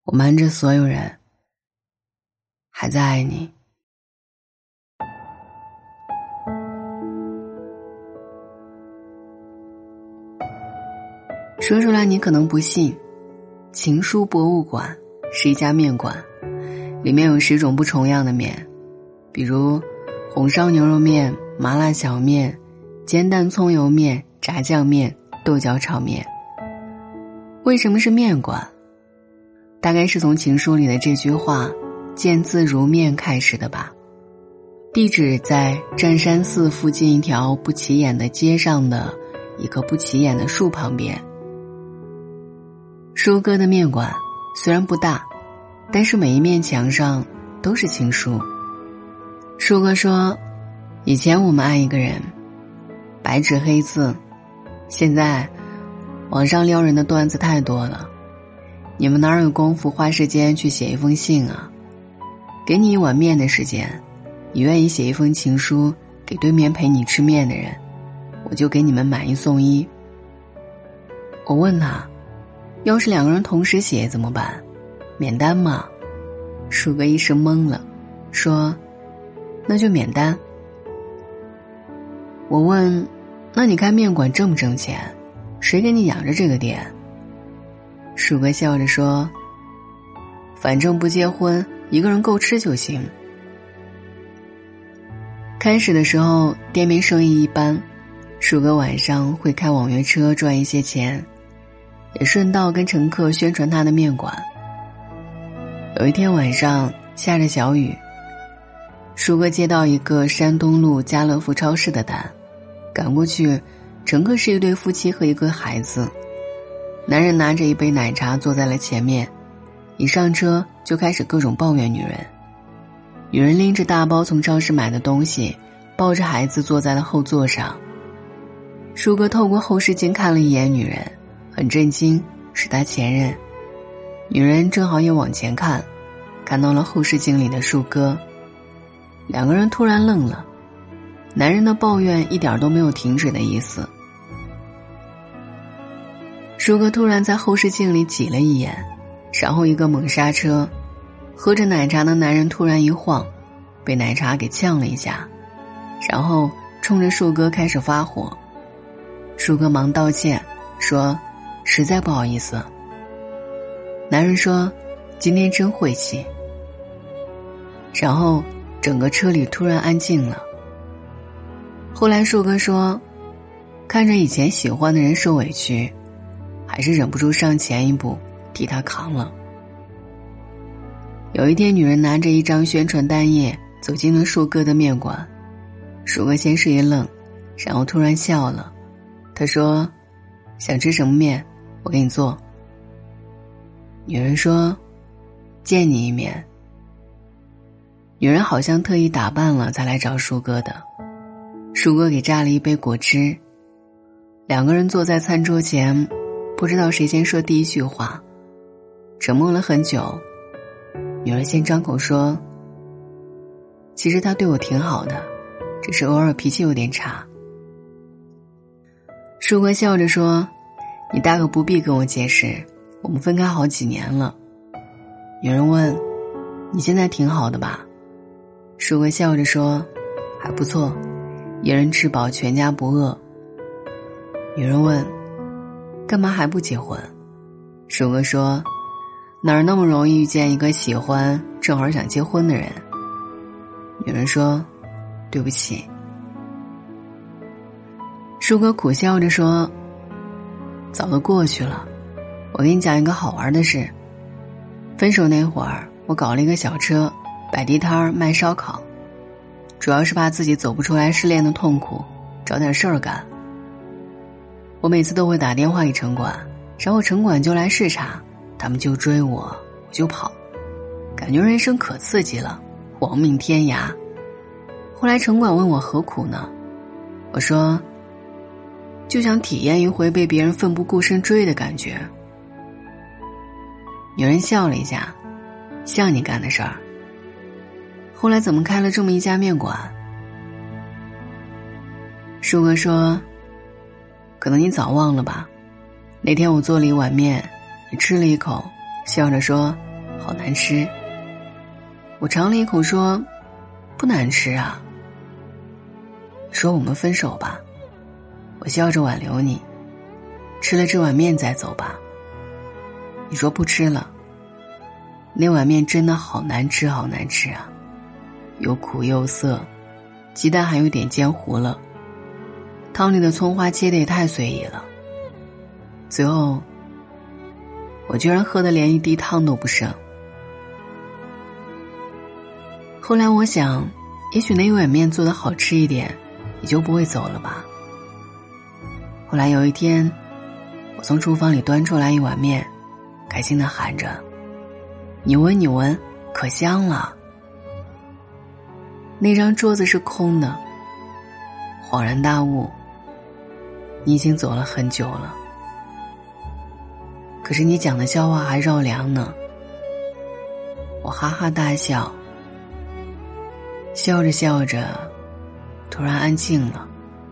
我瞒着所有人，还在爱你。说出来你可能不信，情书博物馆是一家面馆，里面有10种不重样的面，比如红烧牛肉面、麻辣小面、煎蛋葱油面、炸酱面、豆角炒面。为什么是面馆？大概是从情书里的这句话见字如面开始的吧。地址在湛山寺附近一条不起眼的街上的一棵不起眼的树旁边。书哥的面馆虽然不大，但是每一面墙上都是情书。书哥说，以前我们爱一个人，白纸黑字，现在网上撩人的段子太多了，你们哪有功夫花时间去写一封信啊？给你一碗面的时间，你愿意写一封情书给对面陪你吃面的人，我就给你们买1送1。我问他，要是2个人同时写怎么办？免单吗？树哥一时懵了，说那就免单。我问，那你开面馆挣不挣钱？谁给你养着这个店？树哥笑着说，反正不结婚，一个人够吃就行。开始的时候店面生意一般，树哥晚上会开网约车赚一些钱，也顺道跟乘客宣传他的面馆。有一天晚上下着小雨，树哥接到一个山东路家乐福超市的单，赶过去，乘客是一对夫妻和一个孩子。男人拿着一杯奶茶坐在了前面，一上车就开始各种抱怨女人。女人拎着大包从超市买的东西，抱着孩子坐在了后座上。树哥透过后视镜看了一眼女人，很震惊，是他前任。女人正好也往前看，看到了后视镜里的树哥。2个人突然愣了，男人的抱怨一点都没有停止的意思。树哥突然在后视镜里挤了一眼，然后一个猛刹车，喝着奶茶的男人突然一晃，被奶茶给呛了一下，然后冲着树哥开始发火。树哥忙道歉，说实在不好意思。男人说今天真晦气。然后整个车里突然安静了。后来树哥说，看着以前喜欢的人受委屈，还是忍不住上前一步替他扛了。有一天，女人拿着一张宣传单页走进了树哥的面馆。树哥先是一愣，然后突然笑了。他说，想吃什么面我给你做。女人说，见你一面。女人好像特意打扮了才来找树哥的。树哥给榨了一杯果汁。2个人坐在餐桌前，不知道谁先说第一句话，沉默了很久。女人先张口说，其实他对我挺好的，只是偶尔脾气有点差。树哥笑着说，你大可不必跟我解释，我们分开好几年了。女人问，你现在挺好的吧？树哥笑着说，还不错，一人吃饱全家不饿。女人问，干嘛还不结婚？树哥说，哪儿那么容易遇见一个喜欢正好想结婚的人？女人说，对不起。树哥苦笑着说，早都过去了。我给你讲一个好玩的事。分手那会儿，我搞了一个小车，摆地摊卖烧烤，主要是怕自己走不出来失恋的痛苦，找点事儿干。我每次都会打电话给城管，然后城管就来视察，他们就追我，我就跑，感觉人生可刺激了，亡命天涯。后来城管问我何苦呢？我说，就想体验一回被别人奋不顾身追的感觉。女人笑了一下，像你干的事儿。后来怎么开了这么一家面馆？树哥说，可能你早忘了吧。那天我做了一碗面，你吃了一口，笑着说， 好难吃。我尝了一口说，不难吃啊。说我们分手吧，我笑着挽留你，吃了这碗面再走吧。你说不吃了，那碗面真的好难吃好难吃啊，又苦又涩，鸡蛋还有点煎糊了，汤里的葱花切得也太随意了，最后我居然喝得连一滴汤都不剩。后来我想，也许那一碗面做得好吃一点，你就不会走了吧。后来有一天，我从厨房里端出来一碗面，开心地喊着，你闻你闻，可香了。那张桌子是空的，恍然大悟，你已经走了很久了，可是你讲的笑话还绕梁呢。我哈哈大笑，笑着笑着突然安静了。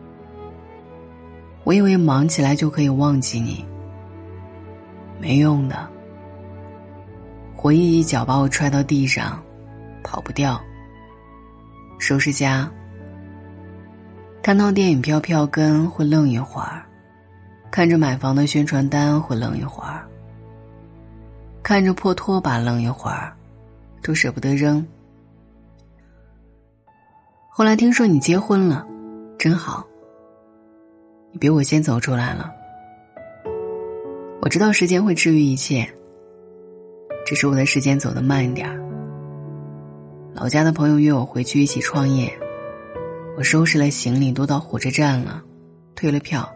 我以为忙起来就可以忘记你，没用的，回忆一脚把我踹到地上，跑不掉。收拾家，看到电影票票根会愣一会儿，看着买房的宣传单会愣一会儿，看着破拖把愣一会儿，都舍不得扔。后来听说你结婚了，真好，你比我先走出来了。我知道时间会治愈一切，只是我的时间走得慢一点。老家的朋友约我回去一起创业，我收拾了行李都到火车站了，退了票。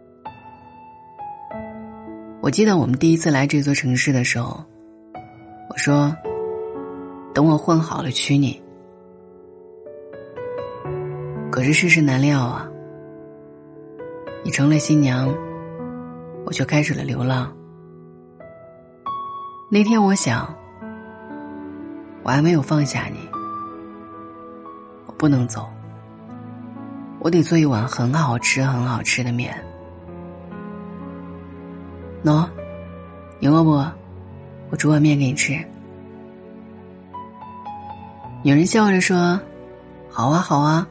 我记得我们第一次来这座城市的时候，我说等我混好了娶你。可是世事难料啊，你成了新娘，我却开始了流浪。那天我想，我还没有放下你，我不能走，我得做一碗很好吃很好吃的面。喏，你饿不？我煮碗面给你吃。女人笑着说，好啊好啊。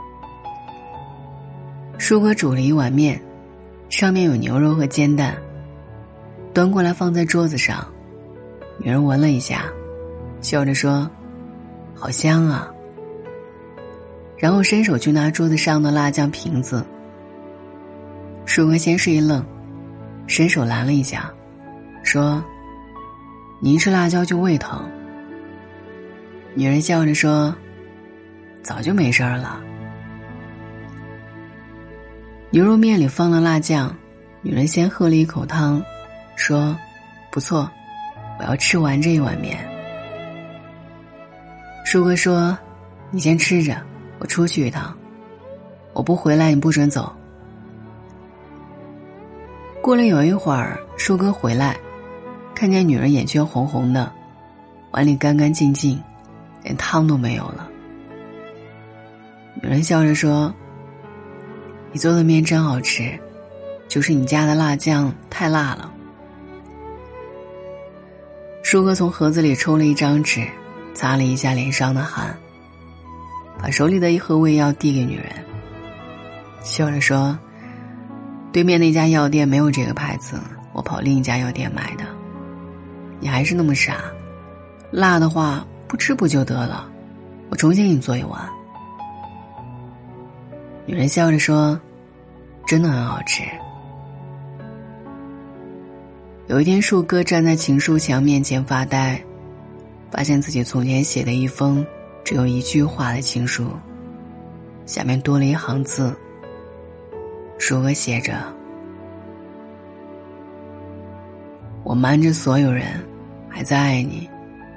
舒哥煮了一碗面，上面有牛肉和煎蛋，端过来放在桌子上。女人闻了一下，笑着说，好香啊。然后伸手去拿桌子上的辣酱瓶子。舒哥先是一愣，伸手拦了一下，说，你一吃辣椒就胃疼。女人笑着说，早就没事了。牛肉面里放了辣酱，女人先喝了一口汤，说，不错，我要吃完这一碗面。舒哥说，你先吃着，我出去一趟，我不回来你不准走。过了有一会儿，舒哥回来，看见女人眼圈红红的，碗里干干净净，连汤都没有了。女人笑着说，你做的面真好吃，就是你家的辣酱太辣了。舒哥从盒子里抽了一张纸，擦了一下脸上的汗，把手里的一盒胃药递给女人，笑着说，对面那家药店没有这个牌子，我跑另一家药店买的。你还是那么傻，辣的话不吃不就得了，我重新给你做一碗。女人笑着说，真的很好吃。有一天，树哥站在情书墙面前发呆，发现自己从前写的一封只有一句话的情书，下面多了一行字。书额写着，我瞒着所有人还在爱你。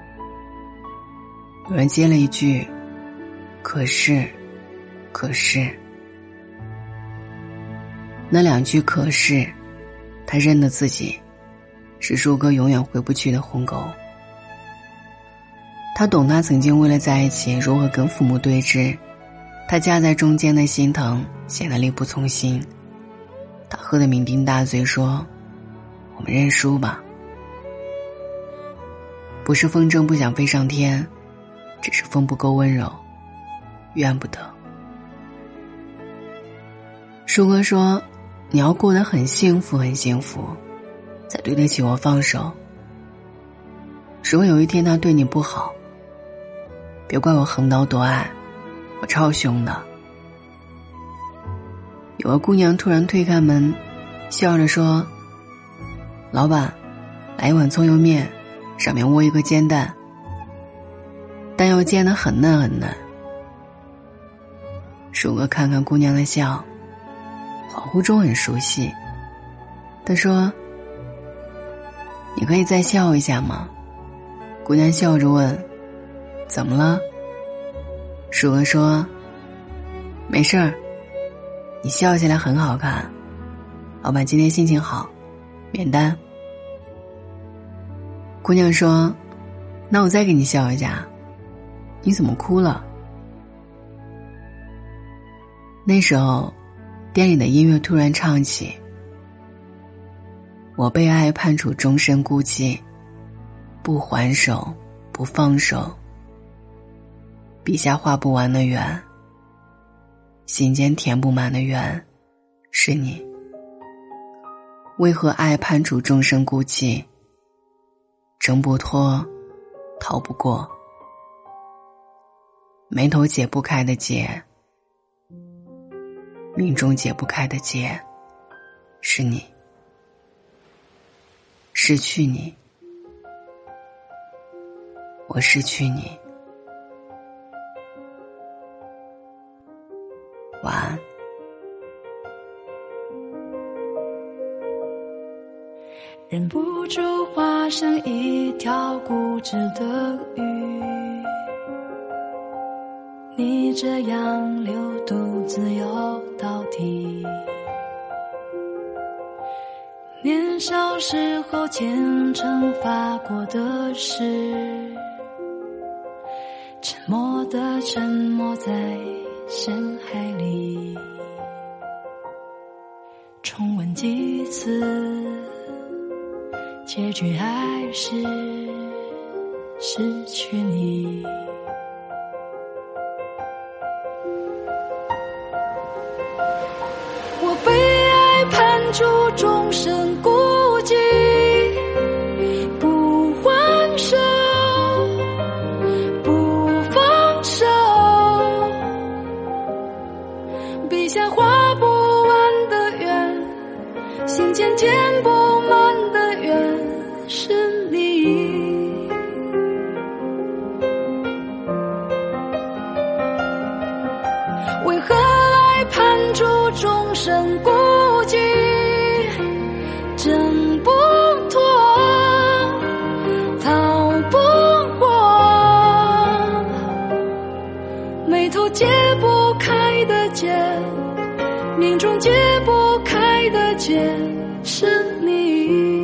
有人接了一句，可是那两句可是，他认得自己是树哥永远回不去的鸿沟。他懂他曾经为了在一起如何跟父母对峙，他夹在中间的心疼显得力不从心。他喝得酩酊大醉说，我们认输吧。 不是风筝不想飞上天，只是风不够温柔，怨不得。舒哥说，你要过得很幸福很幸福，才对得起我放手。如果有一天他对你不好，别怪我横刀夺爱，我超凶的。有个姑娘突然推开门，笑着说，老板，来一碗葱油面，上面窝一个煎蛋，但要煎得很嫩很嫩。舒哥看看姑娘的笑，恍惚中很熟悉。他说，你可以再笑一下吗？姑娘笑着问，怎么了？舒哥说，没事儿，你笑起来很好看，老板今天心情好，免单。姑娘说，那我再给你笑一下，你怎么哭了？那时候店里的音乐突然唱起，我被爱判处终身孤寂，不还手，不放手，笔下画不完的圆，心间填不满的圆，是你。为何爱判处终身孤寂？挣不脱，逃不过，眉头解不开的结，命中解不开的结，是你。失去你，我失去你。晚安。 忍不住化身一条固执的鱼，你这样流独自游到底。年少时候虔诚发过的誓，沉默地沉没在深海里。重温几次，结局还是失去你。我被爱判处终身孤寂，不还手，不放手，笔下画不完的圆，心间填不满的圆，是你。为何爱判处终身孤寂，挣不脱，逃不过，眉头解不开的结，命中解不开的结，是你。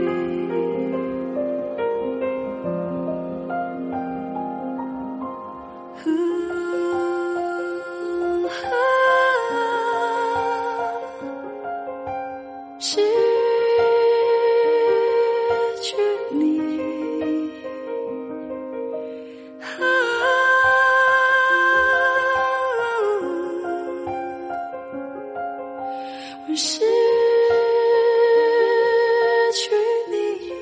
失去你，我失去你。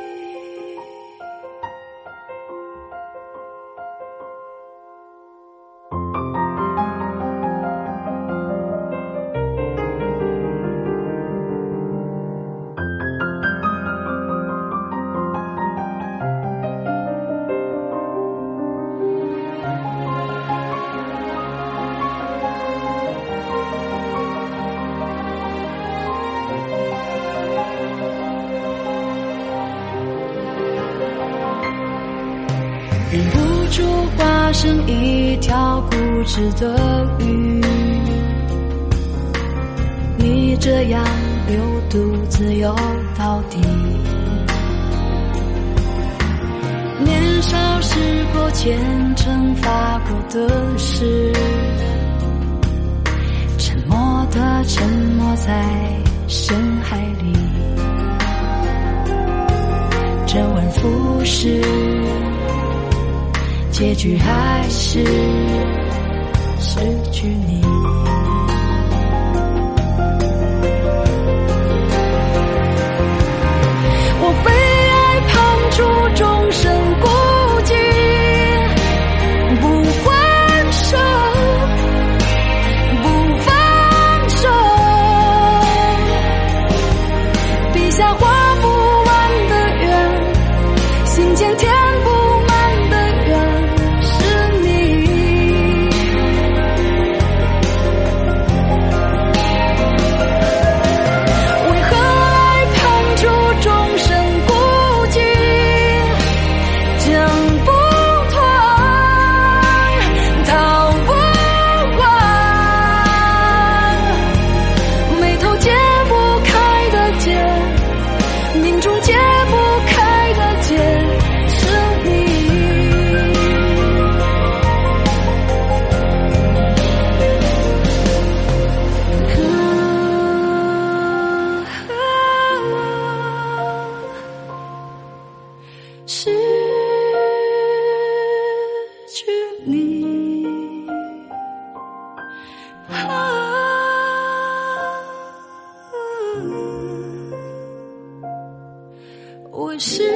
忍不住化身一条固执的鱼，你这样流独自游到底。年少时候虔诚发过的誓，沉默地沉没在深海里，周而复始结局还是失去你。我被爱碰触，终身孤寂，不还手，不放手，笔下画不完的圆，心间填不满的缘，是你。为何爱碰触，终身孤寂，挣不脱，逃不完，眉头解不开的结，命中解不开的结，是你。失去你，我是